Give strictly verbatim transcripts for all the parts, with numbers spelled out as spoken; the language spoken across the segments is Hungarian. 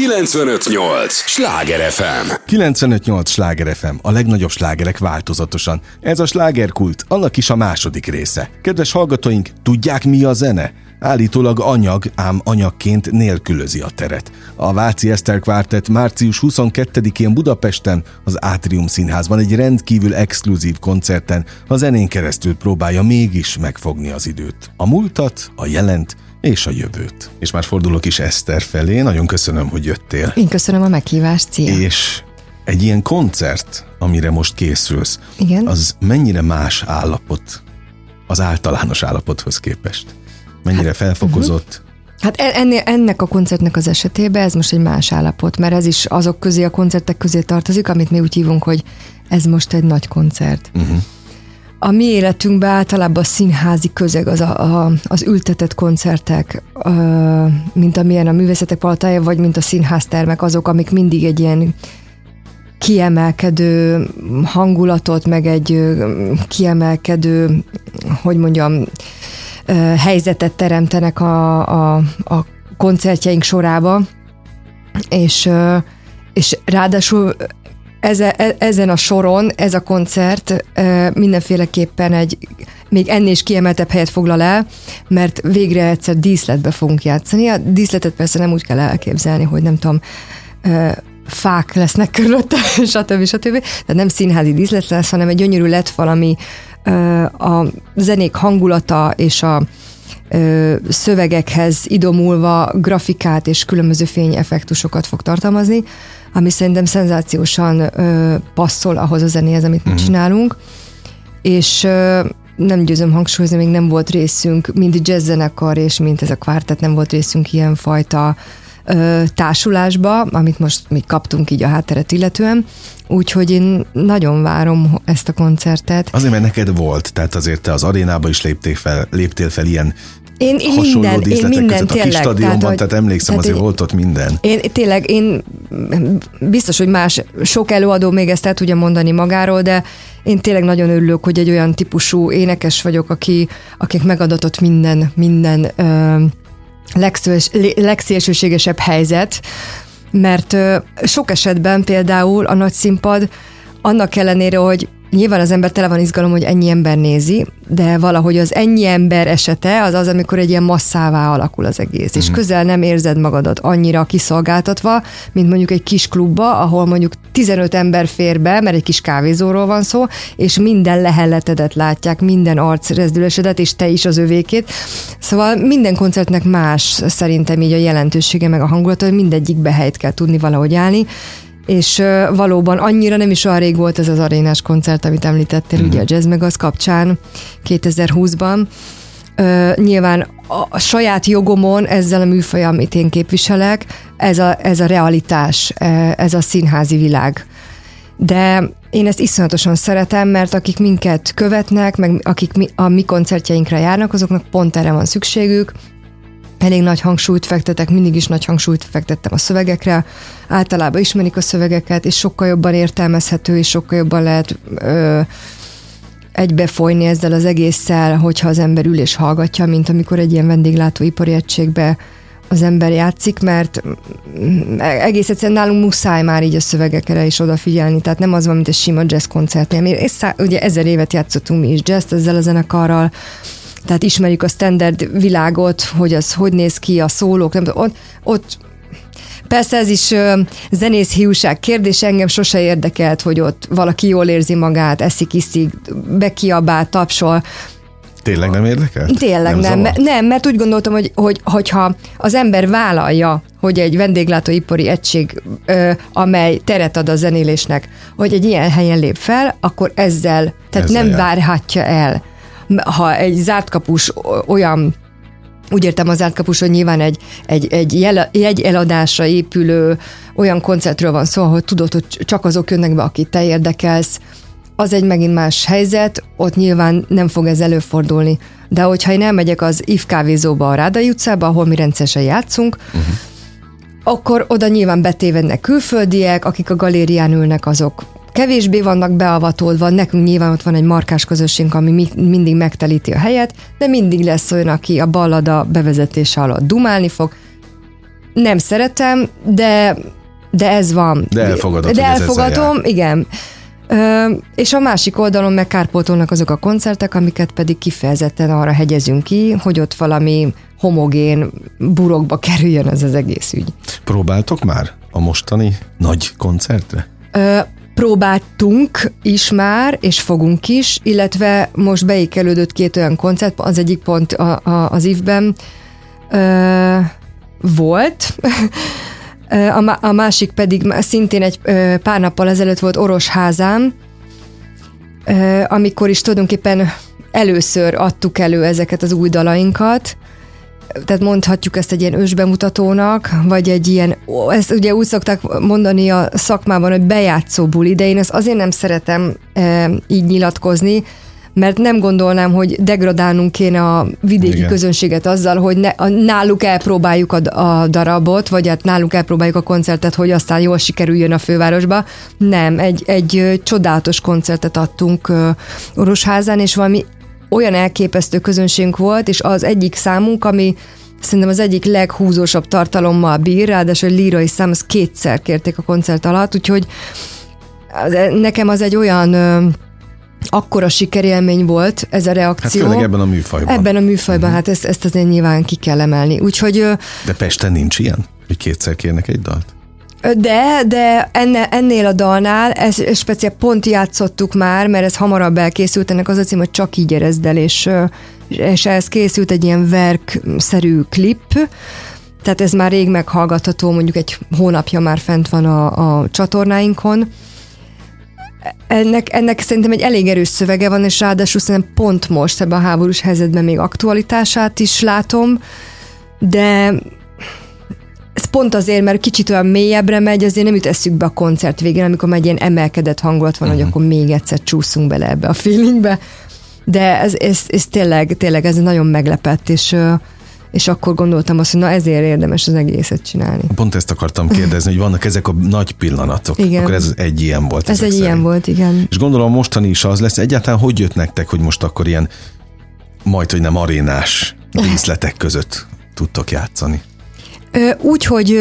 kilencvenöt nyolc Sláger ef em. kilencvenöt nyolc Sláger ef em, a legnagyobb slágerek változatosan. Ez a slágerkult, annak is a második része. Kedves hallgatóink, tudják, mi a zene? Állítólag anyag, ám anyagként nélkülözi a teret. A Váci Eszter Quartet március huszonkettedikén Budapesten, az Átrium Színházban egy rendkívül exkluzív koncerten a zenén keresztül próbálja mégis megfogni az időt. A múltat, a jelent és a jövőt. És már fordulok is Eszter felé, nagyon köszönöm, hogy jöttél. Én köszönöm a meghívást, szia! És egy ilyen koncert, amire most készülsz, igen? Az mennyire más állapot az általános állapothoz képest? Mennyire hát, felfokozott? Uh-huh. Hát ennél, ennek a koncertnek az esetében ez most egy más állapot, mert ez is azok közé, a koncertek közé tartozik, amit mi úgy hívunk, hogy ez most egy nagy koncert. Uh-huh. A mi életünkben általában a színházi közeg, az, a, a, az ültetett koncertek, a, mint amilyen a művészetek palotája, vagy mint a színháztermek, azok, amik mindig egy ilyen kiemelkedő hangulatot, meg egy kiemelkedő, hogy mondjam, helyzetet teremtenek a, a, a koncertjeink sorába, és, és ráadásul eze, ezen a soron ez a koncert mindenféleképpen egy még ennél is kiemeltebb helyet foglal el, mert végre egyszer díszletbe fogunk játszani. A díszletet persze nem úgy kell elképzelni, hogy nem tudom, fák lesznek körülötte, stb. stb. Tehát nem színházi díszlet lesz, hanem egy gyönyörű lettfal, ami a zenék hangulata és a szövegekhez idomulva grafikát és különböző fényeffektusokat fog tartalmazni, ami szerintem szenzációsan passzol ahhoz a zenéhez, amit mi csinálunk, és nem győzöm hangsúlyozni, még nem volt részünk, mind jazzzenekar és mint ez a kvártett, nem volt részünk ilyenfajta társulásba, amit most mi kaptunk így a hátteret illetően, úgyhogy én nagyon várom ezt a koncertet. Azért, mert neked volt, tehát azért te az arénába is léptél fel, léptél fel ilyen én, én hasonló minden, díszletek én minden, között. tényleg, A kis stadionban, tehát, tehát emlékszem, tehát azért én, volt ott minden. Én tényleg, én biztos, hogy más, sok előadó még ezt el tudja mondani magáról, de én tényleg nagyon örülök, hogy egy olyan típusú énekes vagyok, aki, akik megadatott minden, minden ö, legszélsőségesebb helyzet, mert ö, sok esetben például a nagy színpad annak ellenére, hogy nyilván az ember tele van izgalom, hogy ennyi ember nézi, de valahogy az ennyi ember esete az az, amikor egy ilyen masszává alakul az egész, mm-hmm. és közel nem érzed magadat annyira kiszolgáltatva, mint mondjuk egy kis klubba, ahol mondjuk tizenöt ember fér be, mert egy kis kávézóról van szó, és minden lehelletedet látják, minden arcrezdülésedet, és te is az övékét. Szóval minden koncertnek más szerintem így a jelentősége, meg a hangulata, hogy mindegyikbe helyt kell tudni valahogy állni, és uh, valóban annyira nem is olyan rég volt ez az arénás koncert, amit említettél, mm-hmm. ugye a Jazz Meg az kapcsán kétezer-húszban. Uh, nyilván a, a saját jogomon ezzel a műfajjal, amit én képviselek, ez a, ez a realitás, ez a színházi világ. De én ezt iszonyatosan szeretem, mert akik minket követnek, meg akik mi, a mi koncertjeinkre járnak, azoknak pont erre van szükségük. Elég nagy hangsúlyt fektetek, mindig is nagy hangsúlyt fektettem a szövegekre, általában ismerik a szövegeket, és sokkal jobban értelmezhető, és sokkal jobban lehet ö, egybefolyni ezzel az egésszel, hogyha az ember ül és hallgatja, mint amikor egy ilyen vendéglátóipari egységbe az ember játszik, mert egész egyszerűen nálunk muszáj már így a szövegekre is odafigyelni, tehát nem az van, mint egy sima jazz koncertnél. Mi ugye ezer évet játszottunk mi is jazz ezzel a zenekarral, tehát ismerjük a standard világot, hogy az hogy néz ki, a szólók, nem ott, ott persze ez is uh, zenész hiúság kérdés, engem sose érdekelt, hogy ott valaki jól érzi magát, eszik, iszik, bekiabál, tapsol. Tényleg nem érdekel? Tényleg nem, nem, nem, mert úgy gondoltam, hogy, hogy, hogyha az ember vállalja, hogy egy vendéglátóipari egység, ö, amely teret ad a zenélésnek, hogy egy ilyen helyen lép fel, akkor ezzel, tehát ezzel nem jár. Várhatja el. Ha egy zártkapus olyan, úgy értem a zártkapus, hogy nyilván egy, egy, egy jel, jegyeladásra épülő olyan koncertről van szó, ahol tudod, hogy csak azok jönnek be, akit te érdekelsz, az egy megint más helyzet, ott nyilván nem fog ez előfordulni. De hogyha én elmegyek az i ef kávézóba, a Rádai utcába, ahol mi rendszeresen játszunk, uh-huh. akkor oda nyilván betévednek külföldiek, akik a galérián ülnek, azok kevésbé vannak beavatódva, nekünk nyilván ott van egy markás közösségünk, ami mi, mindig megtelíti a helyet, de mindig lesz olyan, aki a ballada bevezetése alatt dumálni fog. nem szeretem, de, de ez van. De elfogadod, de elfogadom, igen. Ö, és a másik oldalon meg kárpótolnak azok a koncertek, amiket pedig kifejezetten arra hegyezünk ki, hogy ott valami homogén burokba kerüljön ez az egész ügy. Próbáltok már a mostani nagy koncertre? Ö, próbáltunk is már, és fogunk is, illetve most beékelődött két olyan koncert, az egyik pont a, a, az évben ö, volt, a, a másik pedig szintén egy ö, pár nappal ezelőtt volt Orosházán, ö, amikor is tulajdonképpen először adtuk elő ezeket az új dalainkat, tehát mondhatjuk ezt egy ilyen ősbemutatónak, vagy egy ilyen, ezt ugye úgy szokták mondani a szakmában, hogy bejátszó buli, de én ezt azért nem szeretem e, így nyilatkozni, mert nem gondolnám, hogy degradálnunk kéne a vidéki Igen. közönséget azzal, hogy ne, a, náluk elpróbáljuk a, a darabot, vagy hát náluk elpróbáljuk a koncertet, hogy aztán jól sikerüljön a fővárosba. Nem, egy, egy csodálatos koncertet adtunk uh, Orosházán, és valami olyan elképesztő közönségünk volt, és az egyik számunk, ami szerintem az egyik leghúzósabb tartalommal bír, ráadásul a lírai szám, az kétszer kérték a koncert alatt, úgyhogy az, nekem az egy olyan ö, akkora sikerélmény volt ez a reakció. Hát főleg ebben a műfajban. Ebben a műfajban, uh-huh. hát ezt, ezt azért nyilván ki kell emelni. Úgyhogy, ö, de Pesten nincs ilyen, hogy kétszer kérnek egy dalt? De, de enne, ennél a dalnál, ez speciál pont játszottuk már, mert ez hamarabb elkészült, ennek az a cím, hogy Csak így érezd el, és, és ehhez készült egy ilyen verkszerű klip, tehát ez már rég meghallgatható, mondjuk egy hónapja már fent van a, a csatornáinkon. Ennek, ennek szerintem egy elég erős szövege van, és ráadásul szerintem pont most ebben a háborús helyzetben még aktualitását is látom, de ez pont azért, mert kicsit olyan mélyebbre megy, azért nem jut eszükbe a koncert végén, amikor már egy ilyen emelkedett hangulat van, uh-huh. hogy akkor még egyszer csúszunk bele ebbe a feelingbe. De ez, ez, ez tényleg, tényleg ez nagyon meglepett, és, és akkor gondoltam azt, hogy na ezért érdemes az egészet csinálni. Pont ezt akartam kérdezni, hogy vannak ezek a nagy pillanatok. Igen. Akkor ez egy ilyen volt. Ez egy szerint. ilyen volt, igen. És gondolom mostani is az lesz. Egyáltalán hogy jött nektek, hogy most akkor ilyen majd, hogy nem arénás díszletek között tudtok játszani? Úgy, hogy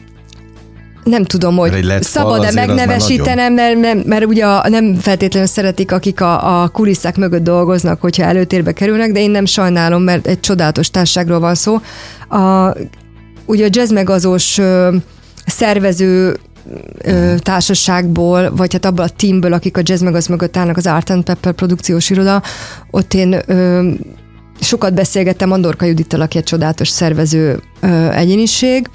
nem tudom, hogy szabad-e megnevesítenem, mert, mert, mert ugye a, nem feltétlenül szeretik, akik a, a kulisszák mögött dolgoznak, hogyha előtérbe kerülnek, de én nem sajnálom, mert egy csodálatos társaságról van szó. A, ugye a jazzmegazós szervező ö, társaságból, vagy hát abból a teamből, akik a jazzmegaz mögött állnak, az Art and Pepper produkciós iroda, ott én ö, sokat beszélgettem Andorka Judittal, aki egy csodálatos szervező ö, egyéniség,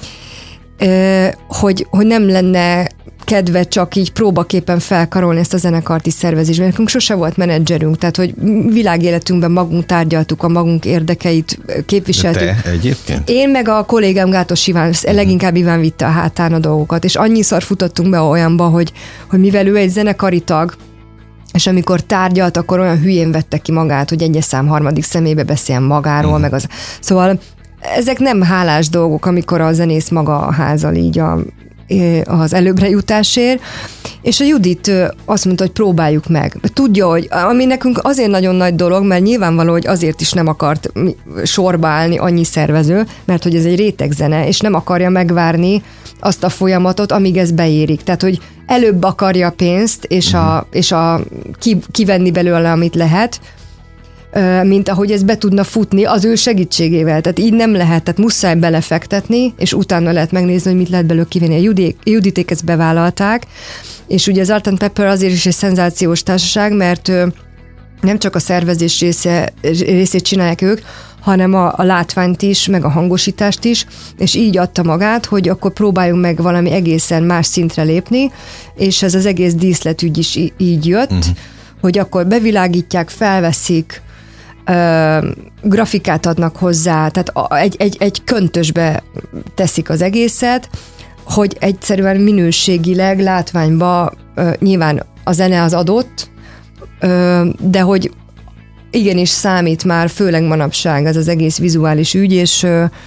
ö, hogy, hogy nem lenne kedve csak így próbaképpen felkarolni ezt a zenekart is szervezésben. Nekünk sose volt menedzserünk, tehát hogy világéletünkben magunk tárgyaltuk, a magunk érdekeit képviseltük. De te egyébként? Én meg a kollégám Gátos Iván, uh-huh. leginkább Iván vitte a hátán a dolgokat, és annyiszor futottunk be olyanba, hogy, hogy mivel ő egy zenekari tag, és amikor tárgyalt, akkor olyan hülyén vette ki magát, hogy egyes szám harmadik személybe beszéljen magáról, uh-huh. meg az. Szóval ezek nem hálás dolgok, amikor a zenész maga házal így a, az előbbre jutásért, és a Judit azt mondta, hogy próbáljuk meg. Tudja, hogy ami nekünk azért nagyon nagy dolog, mert nyilvánvaló, hogy azért is nem akart sorba állni annyi szervező, mert hogy ez egy rétegzene, és nem akarja megvárni azt a folyamatot, amíg ez beérik. Tehát, hogy előbb akarja a pénzt, és, a, és a, ki, kivenni belőle, amit lehet, mint ahogy ez be tudna futni az ő segítségével. Tehát így nem lehet, tehát muszáj belefektetni, és utána lehet megnézni, hogy mit lehet belőle kivenni. A Judi, Juditék ezt bevállalták, és ugye az Art and Pepper azért is egy szenzációs társaság, mert nem csak a szervezés része, részét csinálják ők, hanem a, a látványt is, meg a hangosítást is, és így adta magát, hogy akkor próbáljunk meg valami egészen más szintre lépni, és ez az egész díszletügy is így jött, uh-huh. hogy akkor bevilágítják, felveszik, Uh, grafikát adnak hozzá, tehát egy, egy, egy köntösbe teszik az egészet, hogy egyszerűen minőségileg, látványba uh, nyilván a zene az adott, uh, de hogy igenis számít már, főleg manapság ez az egész vizuális ügy, és, uh,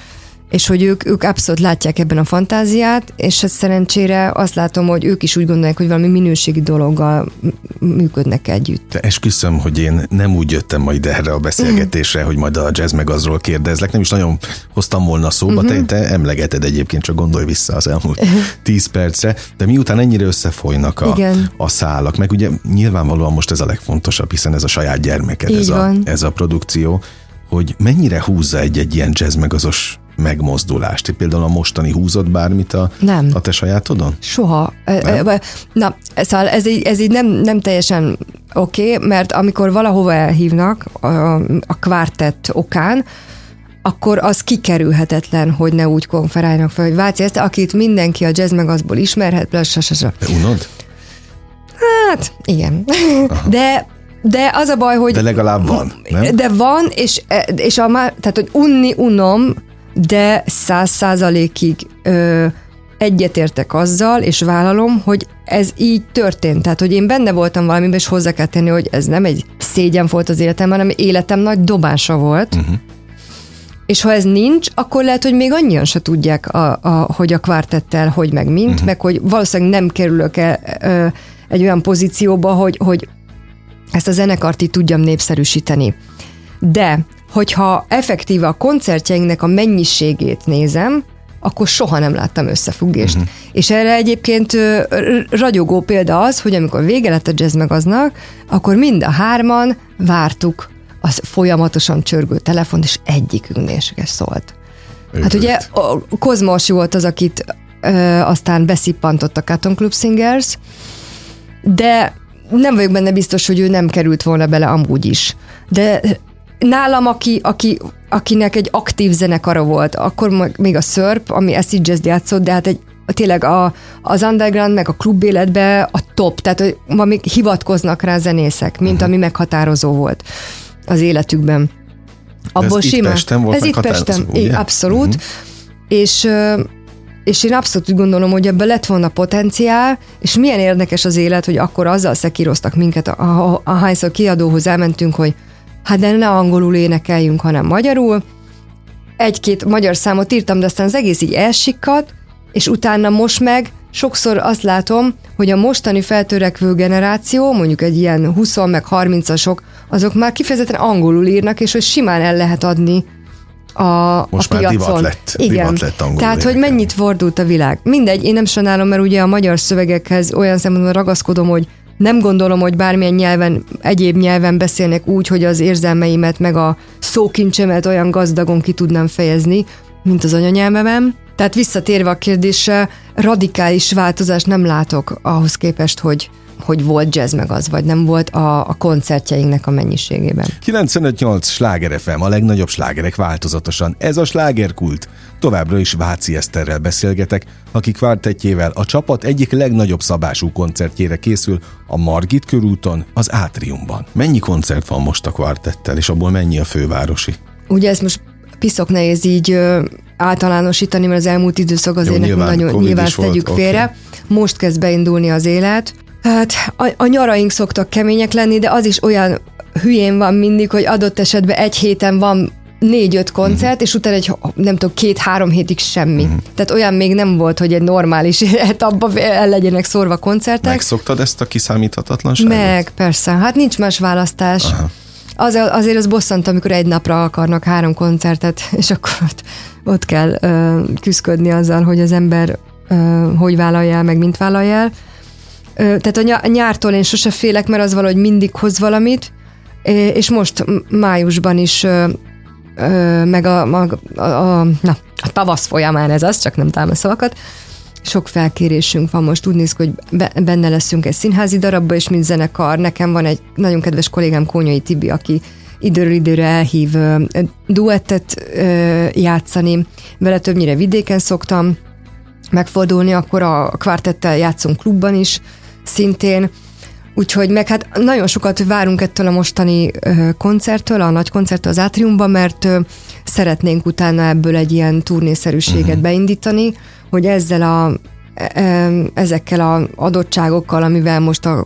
és hogy ők, ők abszolút látják ebben a fantáziát, és ez szerencsére azt látom, hogy ők is úgy gondolják, hogy valami minőségi dologgal működnek együtt. De esküszöm, hogy én nem úgy jöttem majd erre a beszélgetésre, uh-huh. hogy majd a Jazz Magazról kérdezlek, nem is nagyon hoztam volna szóba, uh-huh. te, te emlegeted egyébként, csak gondolj vissza az elmúlt uh-huh. tíz percre, de miután ennyire összefolynak a, a szálak, meg ugye nyilvánvalóan most ez a legfontosabb, hiszen ez a saját gyermeked, ez a, ez a produkció, hogy mennyire húzza egy-egy ilyen Jazz Magazos megmozdulást. Például a mostani húzott bármit a, nem. a te sajátodon? Soha. Nem? Na, szóval ez így, ez így nem, nem teljesen oké, okay, mert amikor valahova elhívnak a, a kvártett okán, akkor az kikerülhetetlen, hogy ne úgy konferáljanak fel, hogy Váci ezt, akit mindenki a Jazz Magazból ismerhet, De unod? Hát, igen. De De az a baj, hogy... De legalább van, nem? De van, és, és a már, tehát, hogy unni unom, de száz százalékig ö, egyetértek azzal, és vállalom, hogy ez így történt. Tehát, hogy én benne voltam valamiben, és hozzá kell tenni, hogy ez nem egy szégyen volt az életem, hanem életem nagy dobása volt. Uh-huh. És ha ez nincs, akkor lehet, hogy még annyian se tudják, a, a, hogy a kvártettel hogy meg mint, uh-huh. meg hogy valószínűleg nem kerülök el ö, egy olyan pozícióba, hogy, hogy ezt a zenekart így tudjam népszerűsíteni. De, hogyha effektíve a koncertjeinknek a mennyiségét nézem, akkor soha nem láttam összefüggést. Uh-huh. És erre egyébként ragyogó példa az, hogy amikor vége lett a Jazz Magaznak, akkor mind a hárman vártuk az folyamatosan csörgő telefont, és egyikünknél se szólt. Őt hát ugye a Kozmos volt az, akit ö, aztán beszippantott a Cotton Club Singers, de nem vagyok benne biztos, hogy ő nem került volna bele amúgy is. De nálam, aki, aki, akinek egy aktív zenekara volt, akkor még a Szörp, ami acid jazz játszott, de hát egy, tényleg a, az underground, meg a klub életbe a top, tehát hogy ma még hivatkoznak rá zenészek, mint uh-huh. ami meghatározó volt az életükben. Abból ez simán, itt Pesten volt ez itt Pesten, é, abszolút. Uh-huh. És És én abszolút úgy gondolom, hogy ebben lett volna potenciál, és milyen érdekes az élet, hogy akkor azzal szekíroztak minket, ahányszor kiadóhoz elmentünk, hogy hát de ne angolul énekeljünk, hanem magyarul. Egy-két magyar számot írtam, de aztán az egész így elsikkadt, és utána most meg sokszor azt látom, hogy a mostani feltörekvő generáció, mondjuk egy ilyen húsz meg harmincasok, azok már kifejezetten angolul írnak, és hogy simán el lehet adni a, most a már piacon. divat lett. Igen. Divat lett angolul. Tehát, hogy mennyit fordult a világ. Mindegy, én nem sajnálom, mert ugye a magyar szövegekhez olyan szempontból ragaszkodom, hogy nem gondolom, hogy bármilyen nyelven, egyéb nyelven beszélnek úgy, hogy az érzelmeimet, meg a szókincsemet olyan gazdagon ki tudnám fejezni, mint az anyanyelvemem. Tehát visszatérve a kérdésre, radikális változást nem látok ahhoz képest, hogy hogy volt Jazz Magaz, vagy nem volt a, a koncertjeinknek a mennyiségében. kilencvenöt nyolc Sláger ef em, a legnagyobb slágerek változatosan. Ez a slágerkult. Továbbra is Váci Eszterrel beszélgetek, aki kvártettjével a csapat egyik legnagyobb szabású koncertjére készül a Margit körúton, az Átriumban. Mennyi koncert van most a kvártettel, és abból mennyi a fővárosi? Ugye ez most piszok nehéz így ö, általánosítani, mert az elmúlt időszak azért nekünk nagyon nyilván tegyük félre. Okay. Most kezd beindulni az élet. Hát a, a nyaraink szoktak kemények lenni, de az is olyan hülyén van mindig, hogy adott esetben egy héten van négy-öt koncert, uh-huh. és utána egy, nem tudom, két-három hétig semmi. Uh-huh. Tehát olyan még nem volt, hogy egy normális etapban el legyenek szórva koncertek. Megszoktad ezt a kiszámíthatatlanságot? Meg, persze. Hát nincs más választás. Az, azért az bosszant, amikor egy napra akarnak három koncertet, és akkor ott, ott kell ö, küszködni azzal, hogy az ember ö, hogy vállalja el, meg mint vállalja el. Tehát a nyártól én sose félek, mert az valahogy mindig hoz valamit, és most májusban is, meg a, a, a, na, a tavasz folyamán ez az, csak nem találom szavakat, sok felkérésünk van most, úgy néz ki, hogy benne leszünk egy színházi darabba, és mint zenekar. Nekem van egy nagyon kedves kollégám, Kónyai Tibi, aki időről időre elhív duettet játszani, vele többnyire vidéken szoktam megfordulni, akkor a kvártettel játszunk klubban is, szintén. Úgyhogy meg hát nagyon sokat várunk ettől a mostani ö, koncerttől, a nagy koncerttől az Átriumban, mert ö, szeretnénk utána ebből egy ilyen turnészerűséget uh-huh. beindítani, hogy ezzel a, e, ezekkel az adottságokkal, amivel most a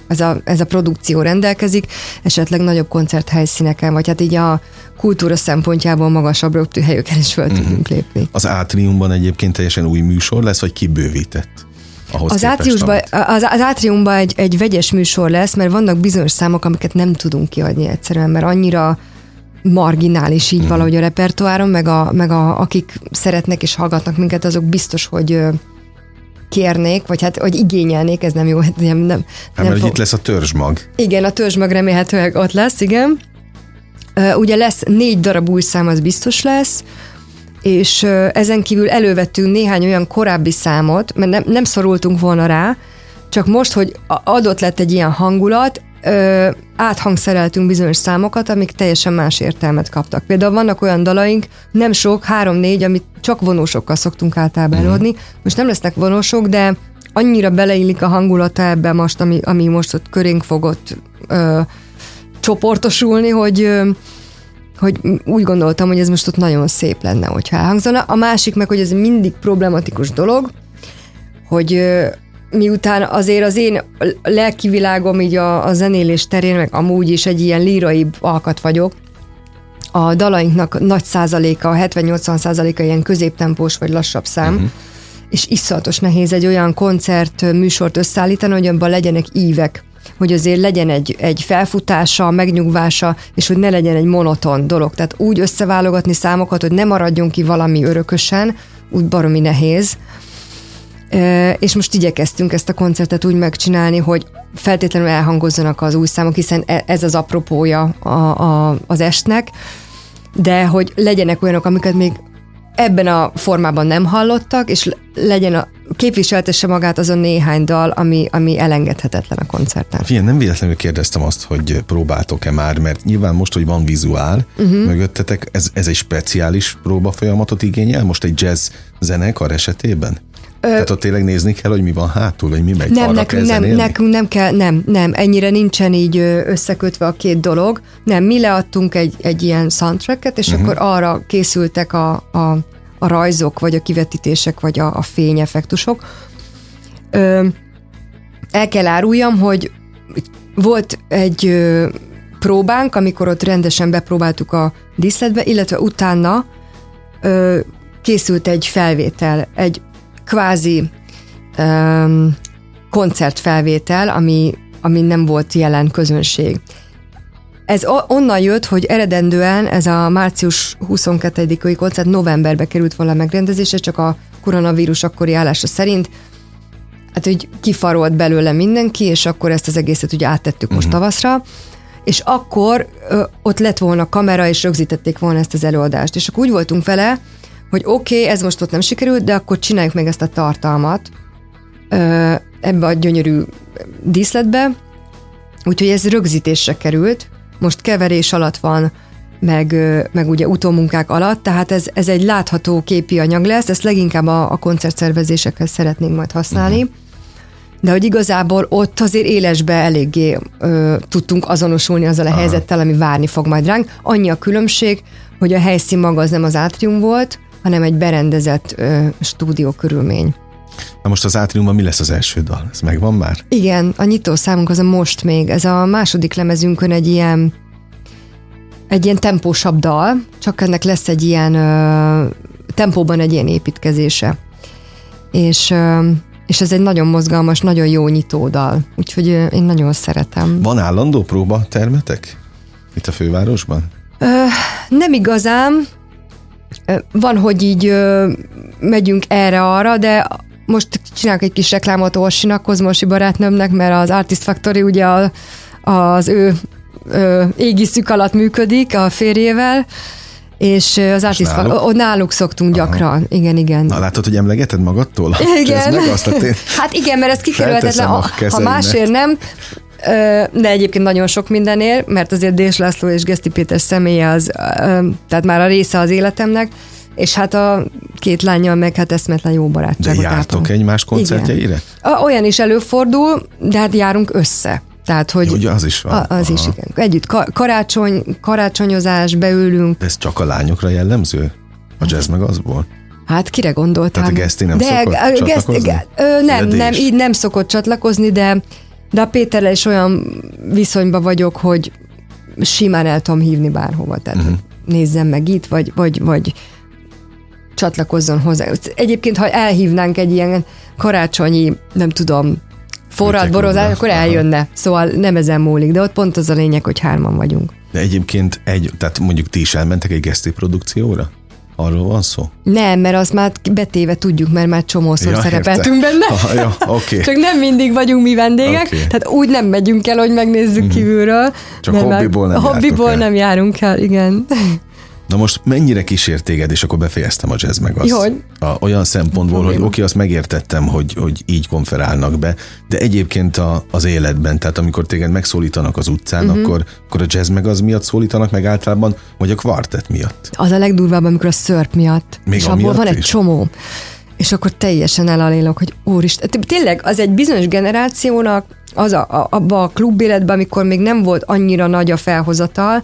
ez a, ez a produkció rendelkezik, esetleg nagyobb koncerthelyszíneken, vagy hát így a kultúra szempontjából magasabb röptűhelyeken is fel tudunk uh-huh. lépni. Az Átriumban egyébként teljesen új műsor lesz, vagy kibővített? Ahhoz az, átriumban, az, az átriumban egy, egy vegyes műsor lesz, mert vannak bizonyos számok, amiket nem tudunk kiadni egyszerűen, mert annyira marginális így uh-huh. valahogy a repertoáron, meg, a, meg a, akik szeretnek és hallgatnak minket, azok biztos, hogy kérnék, vagy hát, hogy igényelnék, ez nem jó. Nem, nem, nem hát, mert fog... itt lesz a törzsmag. Igen, a törzsmag remélhetőleg ott lesz, igen. Uh, ugye lesz négy darab új szám, az biztos lesz, és uh, ezen kívül elővettünk néhány olyan korábbi számot, mert nem, nem szorultunk volna rá, csak most, hogy adott lett egy ilyen hangulat, uh, áthangszereltünk bizonyos számokat, amik teljesen más értelmet kaptak. Például vannak olyan dalaink, nem sok, három-négy, amit csak vonósokkal szoktunk általában mm. előadni. Most nem lesznek vonósok, de annyira beleillik a hangulata ebbe most, ami, ami most ott körénk fogott ö, csoportosulni, hogy, ö, hogy úgy gondoltam, hogy ez most ott nagyon szép lenne, hogyha elhangzana. A másik meg, hogy ez mindig problematikus dolog, hogy ö, miután azért az én lelki világom így a, a zenélés terén, meg amúgy is egy ilyen líraibb alkat vagyok, a dalainknak nagy százaléka, hetven-nyolcvan százaléka ilyen középtempós vagy lassabb szám, uh-huh. és iszonyatos nehéz egy olyan koncert műsort összeállítani, hogy abban legyenek ívek, hogy azért legyen egy, egy felfutása, megnyugvása, és hogy ne legyen egy monoton dolog. Tehát úgy összeválogatni számokat, hogy ne maradjon ki valami örökösen, úgy baromi nehéz. És most igyekeztünk ezt a koncertet úgy megcsinálni, hogy feltétlenül elhangozzanak az új számok, hiszen ez az apropója a, a, az estnek, de hogy legyenek olyanok, amiket még ebben a formában nem hallottak, és legyen a, képviseltesse magát az a néhány dal, ami, ami elengedhetetlen a koncerten. Figyelj, nem véletlenül kérdeztem azt, hogy próbáltok-e már, mert nyilván most, hogy van vizuál uh-huh. mögöttetek, ez, ez egy speciális próbafolyamatot igényel most egy jazz zenekar esetében? Ö, Tehát ott tényleg nézni kell, hogy mi van hátul, vagy mi megy, nem, nekünk nem, nekünk nem kell, nem, nem, ennyire nincsen így összekötve a két dolog. Nem, mi leadtunk egy, egy ilyen soundtracket, és uh-huh. akkor arra készültek a, a, a rajzok, vagy a kivetítések, vagy a, a fényeffektusok. Ö, el kell áruljam, hogy volt egy ö, próbánk, amikor ott rendesen bepróbáltuk a díszletbe, illetve utána ö, készült egy felvétel, egy kvázi um, koncertfelvétel, ami, ami nem volt jelen közönség. Ez onnan jött, hogy eredendően ez a március huszonkettedikei koncert novemberbe került volna megrendezésre, csak a koronavírus akkori állása szerint hát, hogy kifarolt belőle mindenki, és akkor ezt az egészet ugye áttettük uh-huh. most tavaszra, és akkor ö, ott lett volna kamera, és rögzítették volna ezt az előadást. És akkor úgy voltunk vele, hogy oké, okay, ez most ott nem sikerült, de akkor csináljuk meg ezt a tartalmat ö, ebbe a gyönyörű díszletbe. Úgyhogy ez rögzítésre került. Most keverés alatt van, meg, ö, meg ugye utómunkák alatt, tehát ez, ez egy látható képi anyag lesz, ezt leginkább a, a koncertszervezésekhez szeretnénk majd használni. Uh-huh. De hogy igazából ott azért élesbe eléggé ö, tudtunk azonosulni azzal a Aha. helyzettel, ami várni fog majd ránk. Annyi a különbség, hogy a helyszín maga az nem az átrium volt, hanem egy berendezett ö, stúdió körülmény. Na most az átriumban mi lesz az első dal? Ez megvan már? Igen, a nyitó számunk az a most még. Ez a második lemezünkön egy ilyen egy ilyen tempósabb dal, csak ennek lesz egy ilyen ö, tempóban egy ilyen építkezése. És, ö, és ez egy nagyon mozgalmas, nagyon jó nyitó dal. Úgyhogy ö, én nagyon szeretem. Van állandó próba termetek itt a fővárosban? Ö, nem igazán. Van, hogy így ö, megyünk erre-arra, de most csinálok egy kis reklámot Orsinak, Kozmosi barátnőmnek, mert az Artist Factory ugye a, az ő ö, égiszük alatt működik a férjével, és az Artist Factory, ott náluk szoktunk Aha. gyakran. Igen, igen. Na látod, hogy emlegeted magadtól? Igen. Meg azt, hogy hát igen, mert ez kikerülhetetlen, ha, ha másért nem, de egyébként nagyon sok mindenért, mert azért Dés László és Geszti Péter személye az, tehát már a része az életemnek, és hát a két lánnyal meg hát eszmetlen jó barátságot. De jártok ápom. Egymás koncertjeire? Olyan is előfordul, de hát járunk össze. Tehát, hogy Ugye az is van. A, az Aha. is, igen. Együtt karácsony, karácsonyozás, beülünk. De ez csak a lányokra jellemző? A jazz meg azból? Hát kire gondoltam? Tehát a Geszti nem de, szokott Geszti, csatlakozni? Ö, nem, nem, így nem szokott csatlakozni, de De a Péterrel is olyan viszonyban vagyok, hogy simán el tudom hívni bárhova, tehát uh-huh. nézzem meg itt, vagy, vagy, vagy csatlakozzon hozzá. Egyébként, ha elhívnánk egy ilyen karácsonyi, nem tudom, forralt borozás, akkor eljönne. Aha. Szóval nem ezen múlik, de ott pont az a lényeg, hogy hárman vagyunk. De egyébként egy, tehát mondjuk ti is elmentek egy geszti produkcióra? Arról van szó? Nem, mert azt már betéve tudjuk, mert már csomószor ja, szerepeltünk érte. benne. Aha, ja, okay. Csak nem mindig vagyunk mi vendégek, okay. Tehát úgy nem megyünk el, hogy megnézzük mm-hmm. kívülről. Csak hobbiból nem Hobbiból el. nem járunk el, igen. Na most mennyire kísért téged, és akkor befejeztem a jazz meg azt. Hogy? A, olyan szempontból, hogy oké, okay, azt megértettem, hogy, hogy így konferálnak be, de egyébként a, az életben, tehát amikor téged megszólítanak az utcán, uh-huh. akkor, akkor a jazz meg az miatt szólítanak meg általában, vagy a kvartett miatt? Az a legdurvább, amikor a szörp miatt. Még és abból van egy is? csomó. És akkor teljesen elalélok, hogy úristen. Tényleg az egy bizonyos generációnak, az a, a, abba a klubéletben, amikor még nem volt annyira nagy a felhozatal,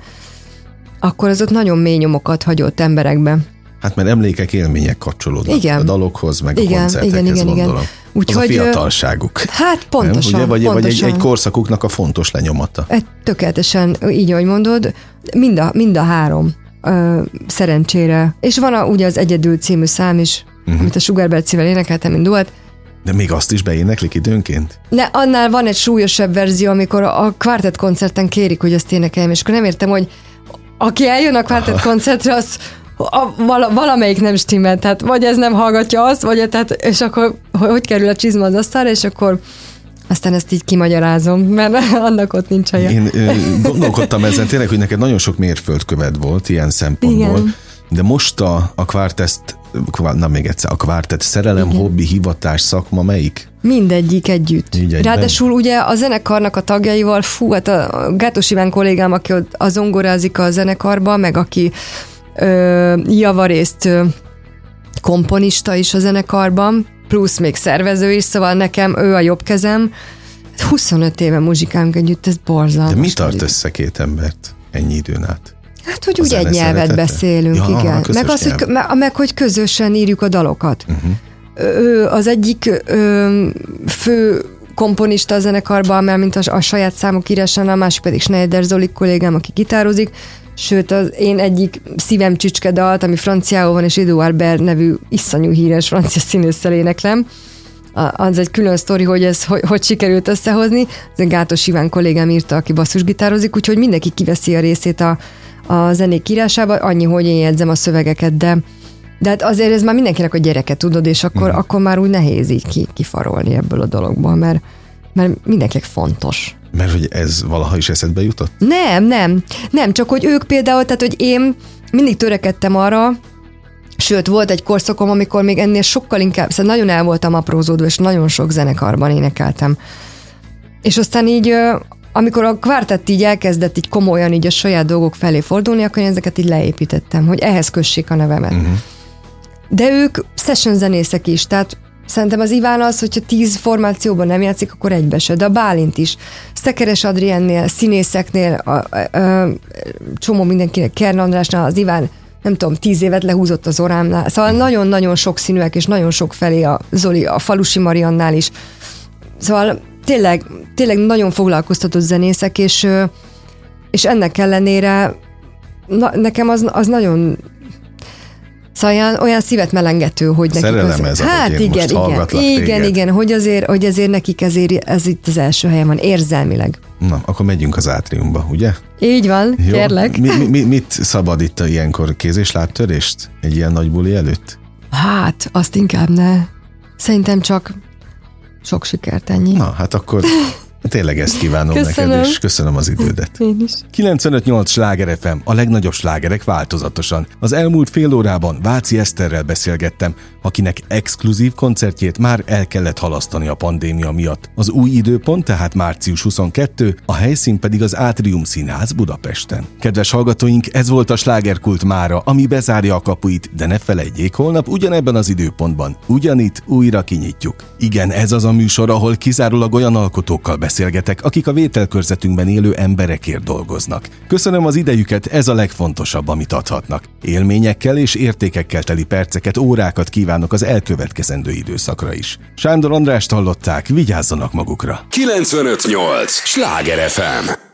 akkor az ott nagyon mély nyomokat hagyott emberekben. Hát mert emlékek, élmények kapcsolódnak igen. a dalokhoz, meg igen, a koncertekhez igen, igen, gondolom. Igen. Úgy, az hogy, a fiatalságuk. Hát pontosan. Ugye? Vagy, pontosan. vagy egy, egy korszakuknak a fontos lenyomata. Egy, tökéletesen, így ahogy mondod, mind a, mind a három ö, szerencsére. És van a, ugye az Egyedül című szám is, uh-huh. amit a Sugar Bercivel énekeltem, mint duett. De még azt is beéneklik időnként? Ne, annál van egy súlyosabb verzió, amikor a Quartet koncerten kérik, hogy azt énekeljem, és akkor nem értem, hogy aki eljön a Quartet koncertre, az a, vala, valamelyik nem stimmel, tehát vagy ez nem hallgatja azt, vagy tehát, és akkor hogy kerül a csizma az asztalra, és akkor aztán ezt így kimagyarázom, mert annak ott nincs helye. Én gondolkodtam ezen tényleg, hogy neked nagyon sok mérföldkövet volt ilyen szempontból, igen. De most a, a Quartet, na még egyszer, a Quartet szerelem, igen. hobbi, hivatás, szakma melyik? Mindegyik együtt. Ráadásul ugye a zenekarnak a tagjaival, fú, hát a Gátos Iván kollégám, aki a zongorázik a zenekarban, meg aki ö, javarészt ö, komponista is a zenekarban, plusz még szervező is, szóval nekem ő a jobb kezem. huszonöt éve muzsikálunk együtt, ez borzalmas. De mi tart össze két embert ennyi időn át? Hát, hogy úgy egy nyelvet beszélünk, ja, igen. Meg, az, hogy, meg, hogy közösen írjuk a dalokat. Uh-huh. Ő az egyik ö, fő komponista a zenekarban, mert mint a, a saját számok írásánál, a másik pedig Schneider Zoli kollégám, aki gitározik, sőt az én egyik szívem csücske dalt, ami franciául van, és Edouard Baird nevű iszonyú híres francia színésszel éneklem. Az egy külön sztori, hogy ez hogy, hogy sikerült összehozni. Ez Gátos Iván kollégám írta, aki basszusgitározik, úgyhogy mindenki kiveszi a részét a, a zenék írásába, annyi, hogy én jegyzem a szövegeket, de, de hát azért ez már mindenkinek a gyereke, tudod, és akkor, mm. akkor már úgy nehéz így ki, kifarolni ebből a dologból, mert, mert mindenkinek fontos. Mert hogy ez valaha is eszedbe jutott? Nem, nem. Nem, csak hogy ők például, tehát hogy én mindig törekedtem arra, sőt, volt egy korszakom, amikor még ennél sokkal inkább, szóval nagyon el voltam aprózódva, és nagyon sok zenekarban énekeltem. És aztán így, amikor a Quartet így elkezdett így komolyan így a saját dolgok felé fordulni, akkor én ezeket így leépítettem, hogy ehhez kössék a nevemet. Uh-huh. De ők session zenészek is, tehát szerintem az Iván az, hogyha tíz formációban nem játszik, akkor egybe se, de a Bálint is. Szekeres Adriennél, színészeknél, a, a, a, csomó mindenkinek, Kern Andrásnál, az Iván nem tudom, tíz évet lehúzott az Orámnál. Szóval nagyon-nagyon sok színűek, és nagyon sok felé a Zoli, a Falusi Mariannál is. Szóval tényleg, tényleg nagyon foglalkoztatott zenészek, és, és ennek ellenére na, nekem az, az nagyon szóval olyan, olyan szívet melengető, hogy nekik szerelem ez, hát igen, igen, igen, igen, hogy azért, hogy azért nekik ezért ez itt az első helyen van, érzelmileg. Na, akkor megyünk az átriumba, ugye? Így van, jó, kérlek. Mi, mi, mit szabad itt ilyenkor, kéz- és lábtörést? Egy ilyen nagy buli előtt? Hát, azt inkább ne. Szerintem csak sok sikert, ennyi. Na, hát akkor tényleg ezt kívánom köszönöm. Neked, és köszönöm az idődet. Én is. kilencvenöt nyolc Sláger ef em, a legnagyobb slágerek változatosan. Az elmúlt fél órában Váci Eszterrel beszélgettem, akinek exkluzív koncertjét már el kellett halasztani a pandémia miatt. Az új időpont tehát március huszonkettő, a helyszín pedig az Átrium Színház Budapesten. Kedves hallgatóink, ez volt a Slágerkult mára, ami bezárja a kapuit, de ne felejtjék, holnap ugyanebben az időpontban, ugyanitt újra kinyitjuk. Igen, ez az a műsor, ahol kizárólag olyan alkotókkal beszélgetünk, beszélgetek, akik a vételkörzetünkben élő emberekért dolgoznak. Köszönöm az idejüket, ez a legfontosabb, amit adhatnak. Élményekkel és értékekkel teli perceket, órákat kívánok az elkövetkezendő időszakra is. Sándor Andrást hallották, vigyázzanak magukra! kilencvenöt nyolc Sláger ef em